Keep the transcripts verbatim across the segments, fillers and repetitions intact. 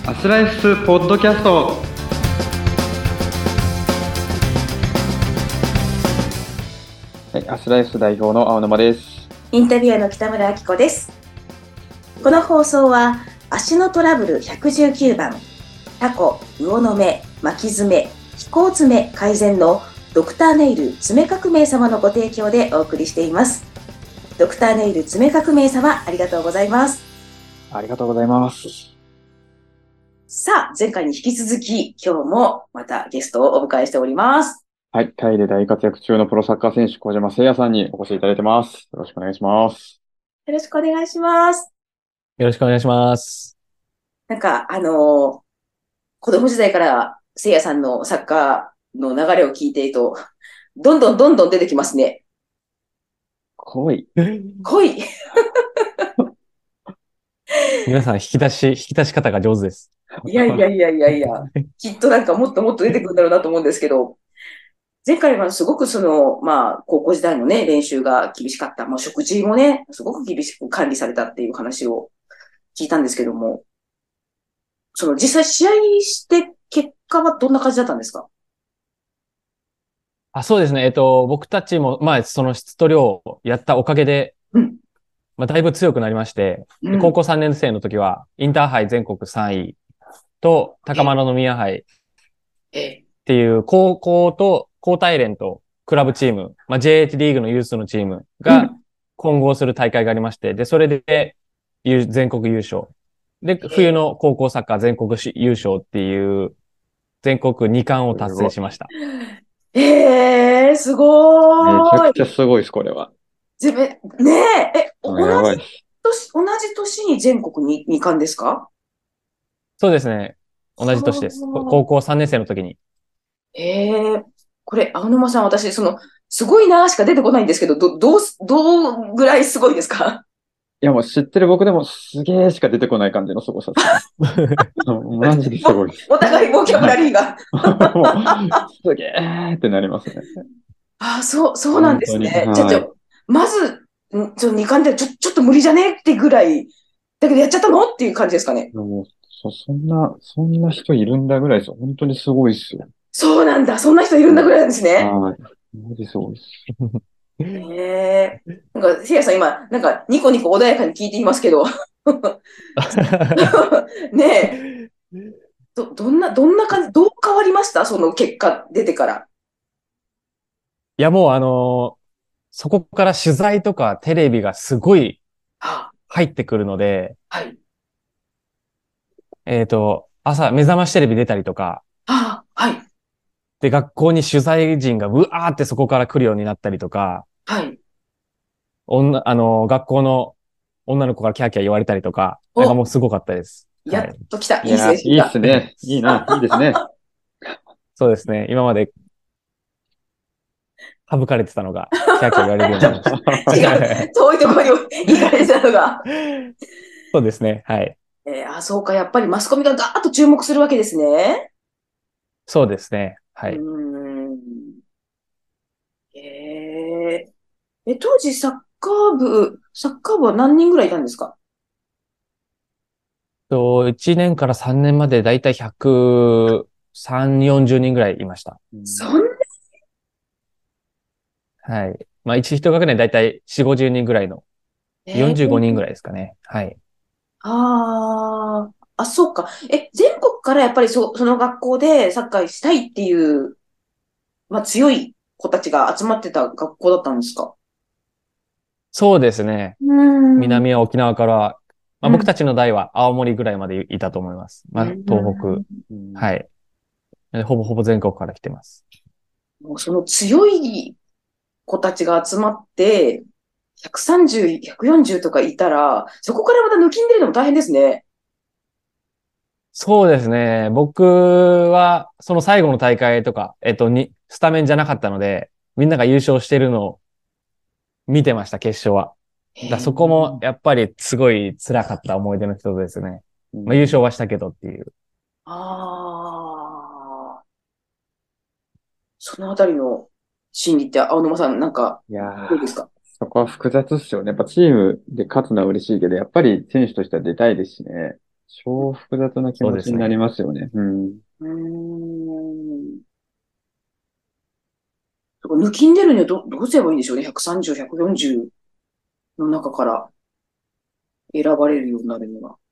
アスライフポッドキャスト。はい、アスライフ代表の青沼です。 インタビュアーの北村明子です。この放送は足のトラブルひゃくじゅうきゅうばん、タコ、魚の目、巻き爪、飛行爪改善のドクターネイル爪革命様のご提供でお送りしています。ドクターネイル爪革命様、ありがとうございます。 ありがとうございます。 さあ、前回に引き続き今日もまたゲストをお迎えしております。 はい、タイで大活躍中のプロサッカー選手小島誠也さんにお越しいただいてます。よろしくお願いします。 よろしくお願いします。 よろしくお願いします。 なんかあのー、子供時代から誠也さんのサッカーの流れを聞いていると、どんどんどんどん出てきますね。 濃い。 濃い。 皆さん引き出し、引き出し方が上手です。 いやいやいやいやいや、きっとなんかもっともっと出てくるんだろうなと思うんですけど、前回はすごくその、まあ、高校時代のね、練習が厳しかった。まあ、食事もね、すごく厳しく管理されたっていう話を聞いたんですけども、その実際試合して結果はどんな感じだったんですか？ あ、そうですね。えっと、僕たちも、まあ、その質と量をやったおかげで、 うん。 まあ、だいぶ強くなりまして、 うん、 高校さんねん生の時は、インターハイ全国さんいと、高円宮杯っえ、 ていう、高校と、高体連と、クラブチーム、まあ、ジェイエイチ リーグのユースのチームがうん、 混合する大会がありまして、で、それで、ゆ全国優勝。で、冬の高校サッカー全国し優勝っていう、全国に冠を達成しました。 えー、すめちゃごーい。 くちゃすごいです、これは。 自分、ねえ、え、同じやばいです。 年、同じ年に全国にに冠ですか？ そうですね。同じ年です。こ高は校さんねん生の時に。 あ、ええ、これ、青沼さん、私、その、すごいなしか出てこないんですけど、ど、どうす、どうぐらいすごいですか？ いや、もう知ってる僕でもすげーしか出てこない感じのすごさですね。マジですごいです。 お互いボキャブラリーが。 もう、すげーってなりますね。 ああ、そう、そうなん本当に。 ですね。じゃあ、ちはい。 ょ、まず、んちょ、二冠でちょ、ちょっと無理じゃねってぐらい、だけどやっちゃったのっていう感じですかね。 もう、そ、そんな、そんな人いるんだぐらいですよ。本当にすごいっすよ。 そうなんだ。そんな人いるんだぐらいなんですね。 はい。マジすごいっす。 ええ、なんか、せいやさん今、なんか、ニコニコ穏やかに聞いていますけど。ねえ、ど、どんな、どんな感じ、どう変わりましたその結果出てから？ いや、もうあのーそこから取材とかテレビがすごいは入ってくるので、 あ、はい。 えっと、朝目覚ましテレビ出たりとか、 はあ、はい。 で、学校に取材陣がうわーってそこから来るようになったりとか、 はい。 女、あのー学校の女の子からキャーキャー言われたりとか、なんかお、 もうすごかったです。 やっはい。 と来た。いい青いや、いいっ春が。 すね。いいな。いいですね。 そうですね。今まで省かれてたのが、キャーキャー言われるようにちょっとなりまし違う。遠いところに行かれてたのが。 た。そうですね。はい。 えー、あ、そうか。やっぱりマスコミがガーッと注目するわけですね。 そうですね。 うーはい。 ん。えー、え、当時サッカー部、サッカー部は何人ぐらいいたんですか？ と、いちねんからさんねんまでだいたいひゃくさんじゅう、よんじゅうにんぐらいいました。 うん。 そんな、 はい。まあ、いち一学年だいたいよん、ごじゅうにんぐらいの、 えよんじゅうごにんぐー、 らいですかね。はい。 ああ、あ、そうか。え、全国からやっぱりそ、その学校でサッカーしたいっていう、まあ強い子たちが集まってた学校だったんですか？ そうですね。 うーん。 南は沖縄から、まあ、僕うん。 たちの代は青森ぐらいまでいたと思います。 うまあ、東北。 ん。 うん。 はい。ほぼほぼ全国から来てます。 もうその強い子たちが集まって、ひゃくさんじゅう、ひゃくよんじゅうとかいたら、そこからまた抜きんでるのも大変ですね。 そうですね。僕は、その最後の大会とか、えっと、に、スタメンじゃなかったので、みんなが優勝してるのを見てました、決勝は。だへえ。 そこも、やっぱりすごい辛かった思い出の一つですね。まあ、優うん。 勝はしたけどっていう。 ああ、そのあたりの心理って、青沼さん、なんか、 いやー、 どうですか？ そこは複雑っすよね。やっぱチームで勝つのは嬉しいけど、やっぱり選手としては出たいですしね。 超複雑な気そうです持ちになりね。 ますよね。うん。 うーん。抜きんでるにはど、どうすればいいんでしょうね。ひゃくさんじゅう、ひゃくよんじゅうの中から選ばれるようになるには。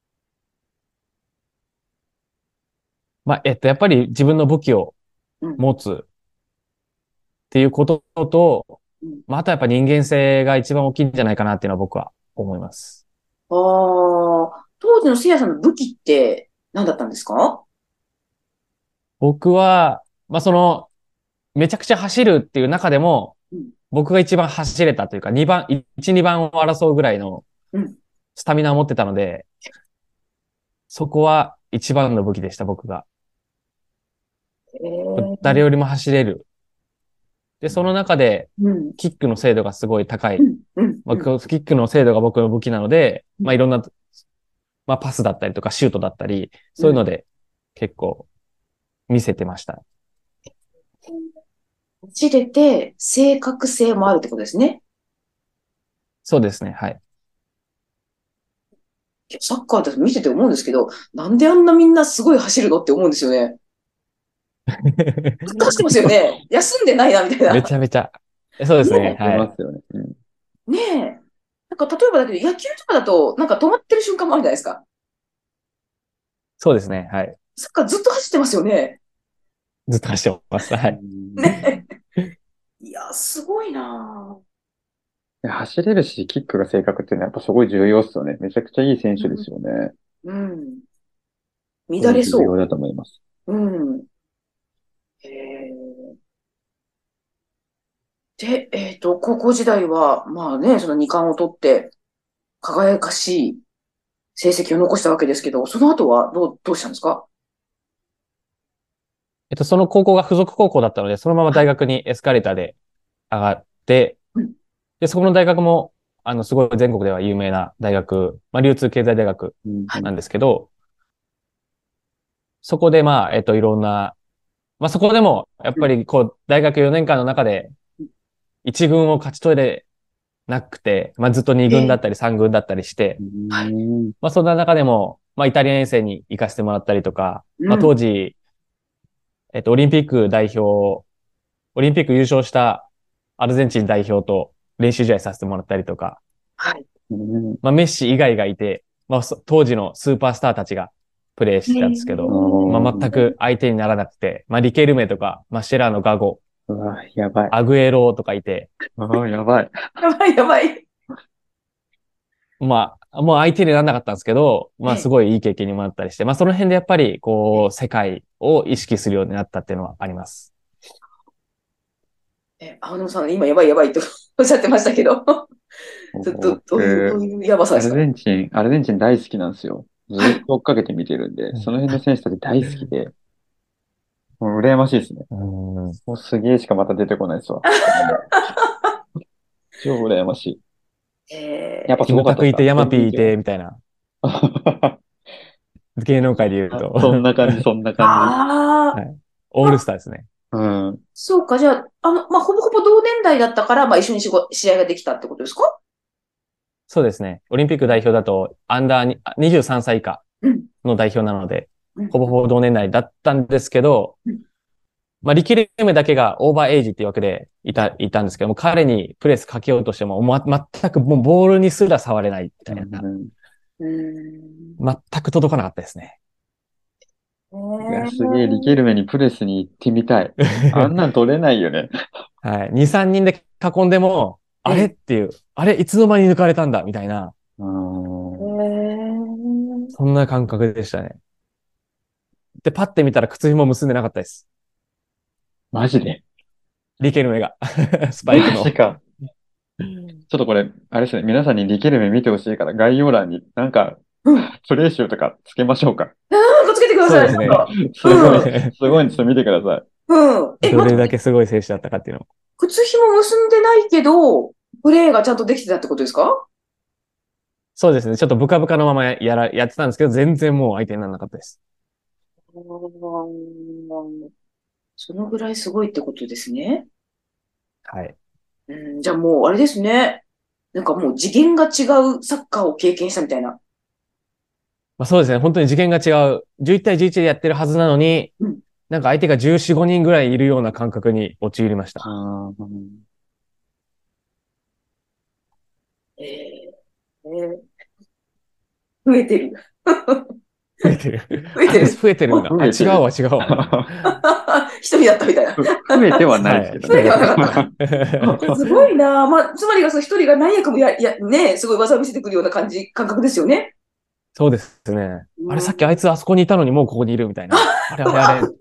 まあ、えっと、やっぱり自分の武器をうん。 持つっていうことと、 うん。 まあ、あとはやっぱ人間性が一番大きいんじゃないかなっていうのは僕は思います。 ああ、当時のせいやさんの武器って何だったんですか？ 僕は、まあ、その、めちゃくちゃ走るっていう中でも、 うん。 僕が一番走れたというか、にばん、いち、にばんを争うぐらいのうん。 スタミナを持ってたので、そこは一番の武器でした、僕が。 ええ。 誰よりも走れる。で、その中で、 うん。 キックの精度がすごい高い。 うん。うん。 まあ、 うん。 キックの精度が僕の武器なので、 うん。 まあ、いろんな、まあ、パスだったりとか、シュートだったり、 うん。 そういうので結構見せてました。 走れて、正確性もあるってことですね。 そうですね、はい。 いやサッカーって見てて思うんですけど、なんであんなみんなすごい走るのって思うんですよね。ずっと走ってますよね。休んでないな、みたいめな。 ちゃめちゃ。そうですね、 ね出はい。 ますよね。うん。 え。ねえ。なんか例えばだけど、野球とかだと、なんか止まってる瞬間もあるじゃないですか。 そうですね、はい。 サッカーずっと走ってますよね。 ずっと走ってます。はうい。 ねん。 え。いや、すごいないや走れるし、キックが正確っていうのはやっぱすごい重要っすよね。めちゃくちゃいい選ぁ。 手ですよね。 うん。うん。 すごい乱れそ重要だと思います。 う。うん。へえ。で、えっと、高校時代は、まあね、その二冠を取って、輝かしい成績を残したわけですけど、その後はどう、どうしたんですか？ えっと、その高校が付属高校だったので、そのままはい。 大学にエスカレーターで上がって、 うん。 で、そこの大学も、あの、すごい全国では有名な大学、まあ、流通経済大学うんうん。 なんですけど、そこで、まあ、えっと、いろんな、まあ、そこでも、やっうん。 ぱり、こう、大学よねんかんの中で、一軍を勝ち取れなくて、まあ、ずっと二軍だええ。 ったり三軍だったりしうて、 ん。 まあ、そんな中でも、まあ、イタリア遠征に行かせてもらったりとか、まあ、 うん。 当時、えっと、オリンピック代表、オリンピック優勝したアルゼンチン代表と練習試合させてもらったりとか、 はい。 うん。 まあ、メッシ以外がいて、まあ、そ当時のスーパースターたちがプレーしてたんですけえど、まあ、全あく相手にならなくて、まあ、リケルメとか、マシェラーノ・ガゴ、 あ、うわ、やばい。 アグエロとかいて、 ああ、やばい。 やばい、やばい。 まあ、もう相手にならなかったんですけど、まあ、すええ。 ごいいい経験にもなったりして、まあ、その辺でやっぱり、こう、世界を意識するようになったっていうのはあります。 え、青野さん、今やばいやばいとおっしゃってましたけど、ちょっと、どういう、どう僕、 いうやばさアルですか？ ゼンチン、アルゼンチン大好きなんですよ。ずっと追っかけて見てるんで、その辺の選手たち大好きで、もう羨ましいですね。 うん。 もうすげえしかまた出てこないですわ。超羨ましい。やっぱえすごかったですキムタクいて、ヤマか？全然違う。 ピーいて、みたいな。芸能界で言うあ、 と。 そんな感じ、そんなー、 感じ。 ああ、 はい。オールスターですね。 うん。 そうか、じゃあ、あの、まあ、ほぼほぼ同年代だったから、まあ、一緒にしご試合ができたってことですか？ そうですね。オリンピック代表だと、アンダーににじゅうさんさい以下うん、 の代表なので、 うん、 ほぼほぼ同年代だったんですけど、 うん。 まあ、リケルメだけがオーバーエイジっていう枠でいた、いたんですけども、彼にプレスかけようとしても、ま、全くもうボールにすら触れないみうたいな。 ん。 うーん。 全く届かなかったですね。 へいや、すげえ、リケえ。 ルメにプレスに行ってみたい。あんなん取れないよね。 はい。に、さんにんで囲んでも、あれっええ。 ていう、あれいつの間に抜かれたんだみたいな、 うーん。 へそんな感覚でしたね。で、パッて見たら靴紐結んでなかったです。 マジで。 リケルメが。スパイクの。 マジか。ちょっとこれ、あれですね。皆さんにリケルメ見てほしいから概要欄になんか、 うん。 プレイ集とかつけましょうか。 なんかつけてください。 そうですね。 なんか。 すごい、 うん。 すごいんでちょっと見てください。 うん。え、 どれだ待って、 けすごい選手だったかっていうのを。 靴紐結んでないけど、プレーがちゃんとできてたってことですか？ そうですね。ちょっとブカブカのままやら、やってたんですけど、全然もう相手にならなかったです。 うーん。そのぐらいすごいってことですね。 はい。 うん、じゃあもう、あれですね。なんかもう次元が違うサッカーを経験したみたいな。 まあそうですね。本当に次元が違う。じゅういち対じゅういちでやってるはずなのに、 うん。 なんか相手がじゅうよん、ごにんぐらいいるような感覚に陥りました。 あー、うん、 えー、えー増えてる。 増えてる。 増えてる。 増えてるんだ。あ、違増えてる。 うわ、違うわ。 一人だったみたいな。 増えてはないですはい。 けどね。 一人だっ増えてはなかった。 た。 すごいな。まあ、つまりがその一人が何やかもや、や、ね、すごい技を見せてくるような感じ、感覚ですよね。 そうですね。あれ、 うん。 さっきあいつあそこにいたのにもうここにいるみたいな。あれあれあれ。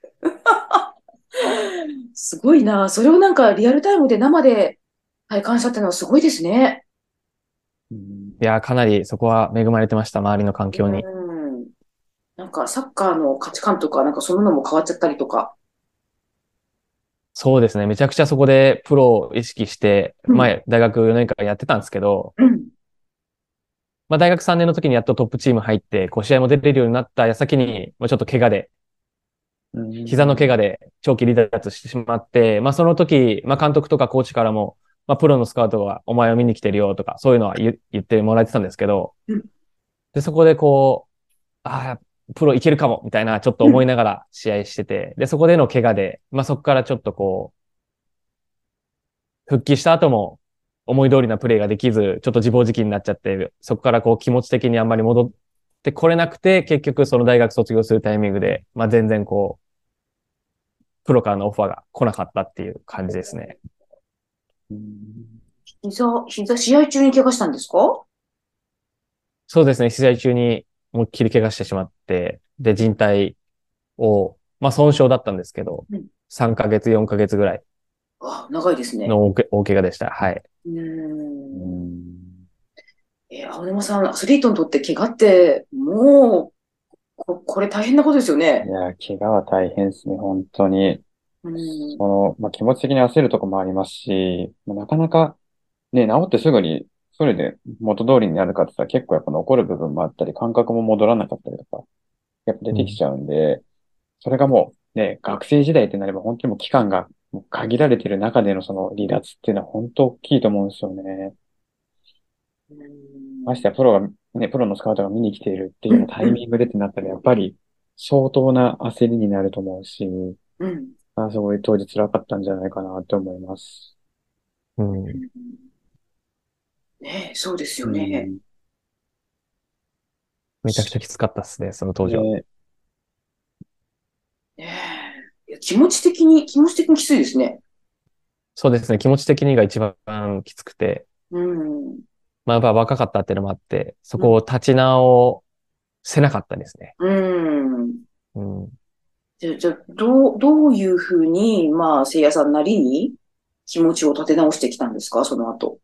すごいな。それをなんかリアルタイムで生で体感したってのはすごいですね。 うん、 いや、かなりそこは恵まれてました、周りの環境に。 うん。なんかサッカーの価値観とか、なんかそののも変わっちゃったりとか。 そうですね。めちゃくちゃそこでプロを意識して、 うん。 前、大学よねんかんやってたんですけど、 うん。 まあ大学さんねんの時にやっとトップチーム入って、こう試合も出れるようになった矢先に、まあちょっと怪我で、 う膝の怪ん、 我で長期離脱してしまって、まあその時、まあ監督とかコーチからも、まあプロのスカウトがお前を見に来てるよとか、そういうのは言言ってもらえてたんですけど、 うん。 で、そこでこう、ああ、プロいけるかも、みたいな、ちょっとうん。 思いながら試合してて、で、そこでの怪我で、まあそこからちょっとこう、復帰した後も、思い通りなプレーができず、ちょっと自暴自棄になっちゃって、そこからこう気持ち的にあんまり戻ってこれなくて、結局その大学卒業するタイミングで、まあ全然こう、プロからのオファーが来なかったっていう感じですね。 うん、 膝、膝、試合中に怪我したんですか？ そうですね、試合中に思いっきり怪我してしまって、で、靭帯を、まあ損傷だったんですけど、 うん。 さんかげつ、よんかげつぐらいあ、長いですね。 の大け大怪我でした。はい。 うーうん。 ん、 えー青山さん、アスリートにとって怪我って、もう、こ、これ大変なことですよね。 いや、怪我は大変ですね、本当に。 うん。 その、まあ、気持ち的に焦るとこもありますし、まあ、なかなかね、治ってすぐに、それで元通りになるかって言ったら結構やっぱ残る部分もあったり、感覚も戻らなかったりとか、やっぱ出うん。 てきちゃうんで、それがもうね、学生時代ってなれば本当にもう期間がもう限られてる中でのその離脱っていうのは本当大きいと思うんですよね。 うましてん。 やプロが、ね、プロのスカウトが見に来ているっていうようなうん。うん。 タイミングでってなったらやっぱり相当な焦りになると思うし、 うん。 あ、すごい当時辛かったんじゃないかなって思います。 うん。 ねえ、そうですうよね。 ん。 めちゃくちゃきつかったですね、その当時は。 ね、 ねえ。いや、気持ち的に、気持ち的にきついですね。 そうですね、気持ち的にが一番きつくて、 うん。 まあやっぱ若かったっていうのもあって、そうん。 こを立ち直せなかったですね。 うん。 うん。 じゃ、じゃ、どう、どういうふうに、まあ、せいやさんなりに気持ちを立て直してきたんですか、その後。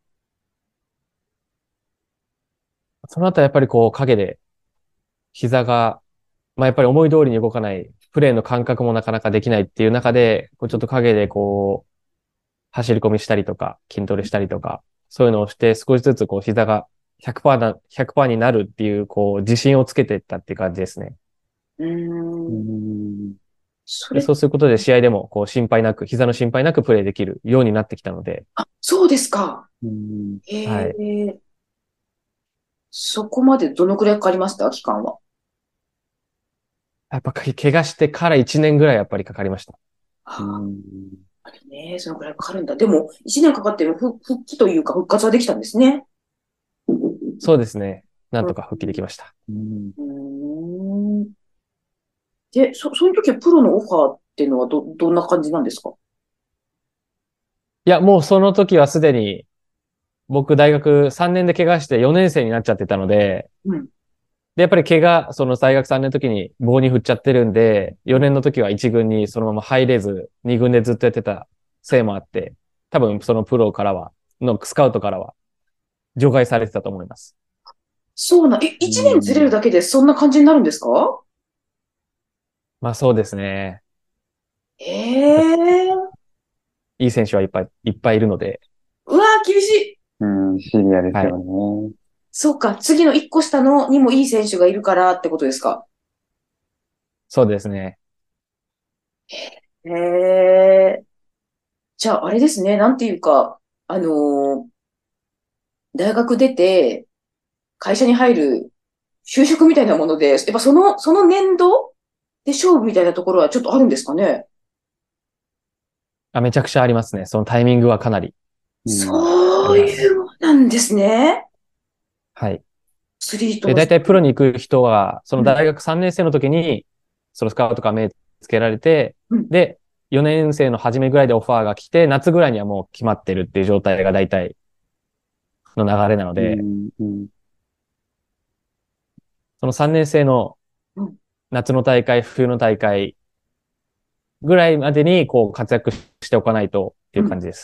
その後はやっぱりこう影で膝が、まあやっぱり思い通りに動かない、プレーの感覚もなかなかできないっていう中で、こうちょっと影でこう、走り込みしたりとか、筋トレしたりとか、そういうのをして少しずつこう膝がひゃくパーセントな、ひゃくパーセントになるっていう、こう自信をつけていったっていう感じですね。 ううん。 ん。 で、 それ、 そうすることで試合でもこう心配なく、膝の心配なくプレーできるようになってきたので、 あ、そうですか。 うん。 へはい。 え。そこまでどのくらいかかりました期間は？ やっぱ怪我してからいちねんぐらいやっぱりかかりました。 うあん。 あ、ね、そのくらいかかるんだ。でも、いちねんかかっても復復帰というか復活はできたんですね。 そうですね。なんうとか復帰できました。 うんん。うーん。で、そ、その時はプロのオファーっていうのはど、どんな感じなんですか？ いや、もうその時はすでに僕大学さんねんで怪我してよねん生になっちゃってたので、 うん。 で、やっぱり怪我、その大学さんねんの時に棒に振っちゃってるんで、よねんの時はいち軍にそのまま入れず、に軍でずっとやってたせいもあって、多分そのプロからは、のスカウトからは除外されてたと思います。 そうな、え、 う一年ずれるん。 だけでそんな感じになるんですか？ まあそうですね。やっぱええ。 いい選手はいっぱいいっぱいいるので、 うわー、厳しい。 うん、シリアですはい。 よね。 そうか、次の一個下のにもいい選手がいるからってことですか？ そうですね。 へえ。じゃあ、あれですね、なんていうか、あのー大学出て会社に入る就職みたいなもので、やっぱその、その年度で勝負みたいなところはちょっとあるんですかね。 あ、めちゃくちゃありますね。そのタイミングはかなりうん。 そういうものなんですね。 はい。 アスリートで、 の。 大体プロに行く人は、そのうん大学さんねん生の時に、そのスカウトが目つけられて、 うんで、よねん生の初めぐらいでオファーが来て、夏ぐらいにはもう決まってるっていう状態が大体の流れなのうで、 ん。うん。 そのさんねん生のうん夏の大会、冬の大会ぐらいまでにこう活躍しておかないとっていう感じです。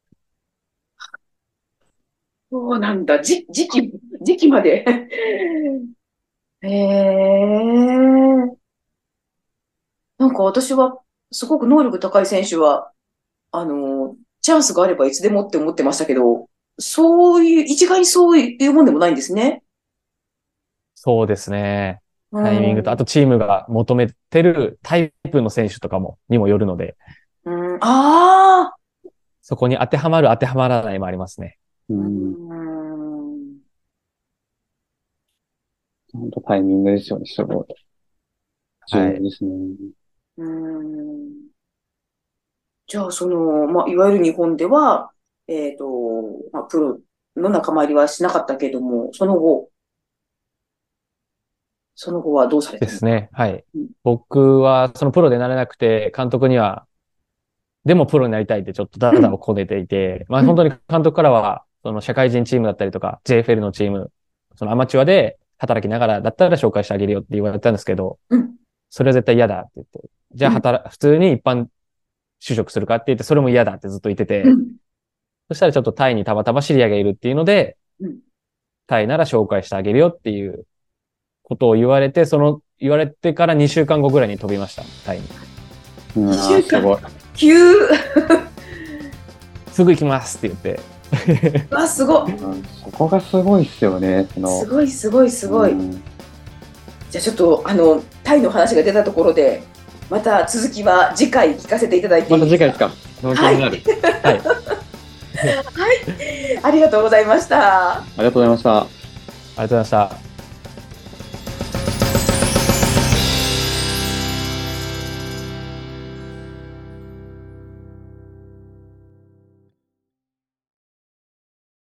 そうなんだ。じ、時期、時期まで。へえ。なんか私は、すごく能力高い選手は、あの、チャンスがあればいつでもって思ってましたけど、そういう、一概にそういうもんでもないんですね。 そうですね。 うタイミングと、あん。 とチームが求めてるタイプの選手とかも、にもよるので、 うん、ああ。 そこに当てはまる当てはまらないもありますね。 ううん。 ん。 本当タイミングですよね。すごい。重はい。 要ですね。 うん。じゃあ、その、まあ、いわゆる日本では、えっと、まあ、プロの仲間入りはしなかったけれども、その後、その後はどうされたの？ ですね。はい。 うん。 僕は、そのプロでなれなくて、監督には、でもプロになりたいってちょっとダうん。 ラダラこねていて、まあうん。 本当に監督からは、その社会人チームだったりとか、ジェイエフエル のチーム、そのアマチュアで働きながらだったら紹介してあげるよって言われたんですけど、 うん。 それは絶対嫌だって言って、じゃあうん。 働、普通に一般就職するかって言って、それも嫌だってずっと言ってて、 うん。 そしたらちょっとタイにたまたま知り合いがいるっていうので、 うん。 タイなら紹介してあげるよっていうことを言われて、その、言われてからにしゅうかんごぐらいに飛びました、タイに。 うん、あ 2 あ、 週間。 すごい。 急。 すぐ行きますって言って。 わ、すごい。 うん、そこがすごいっすよね。その、 すごい、すごい、すごい。 うん、 じゃあちょっと、あの、タイの話が出たところで、また続きは次回聞かせていただいてまいいですか？ た次回ですか。本当はい。 になる。 はい。 はい。ありがとうございました。 ありがとうございました。 ありがとうございました。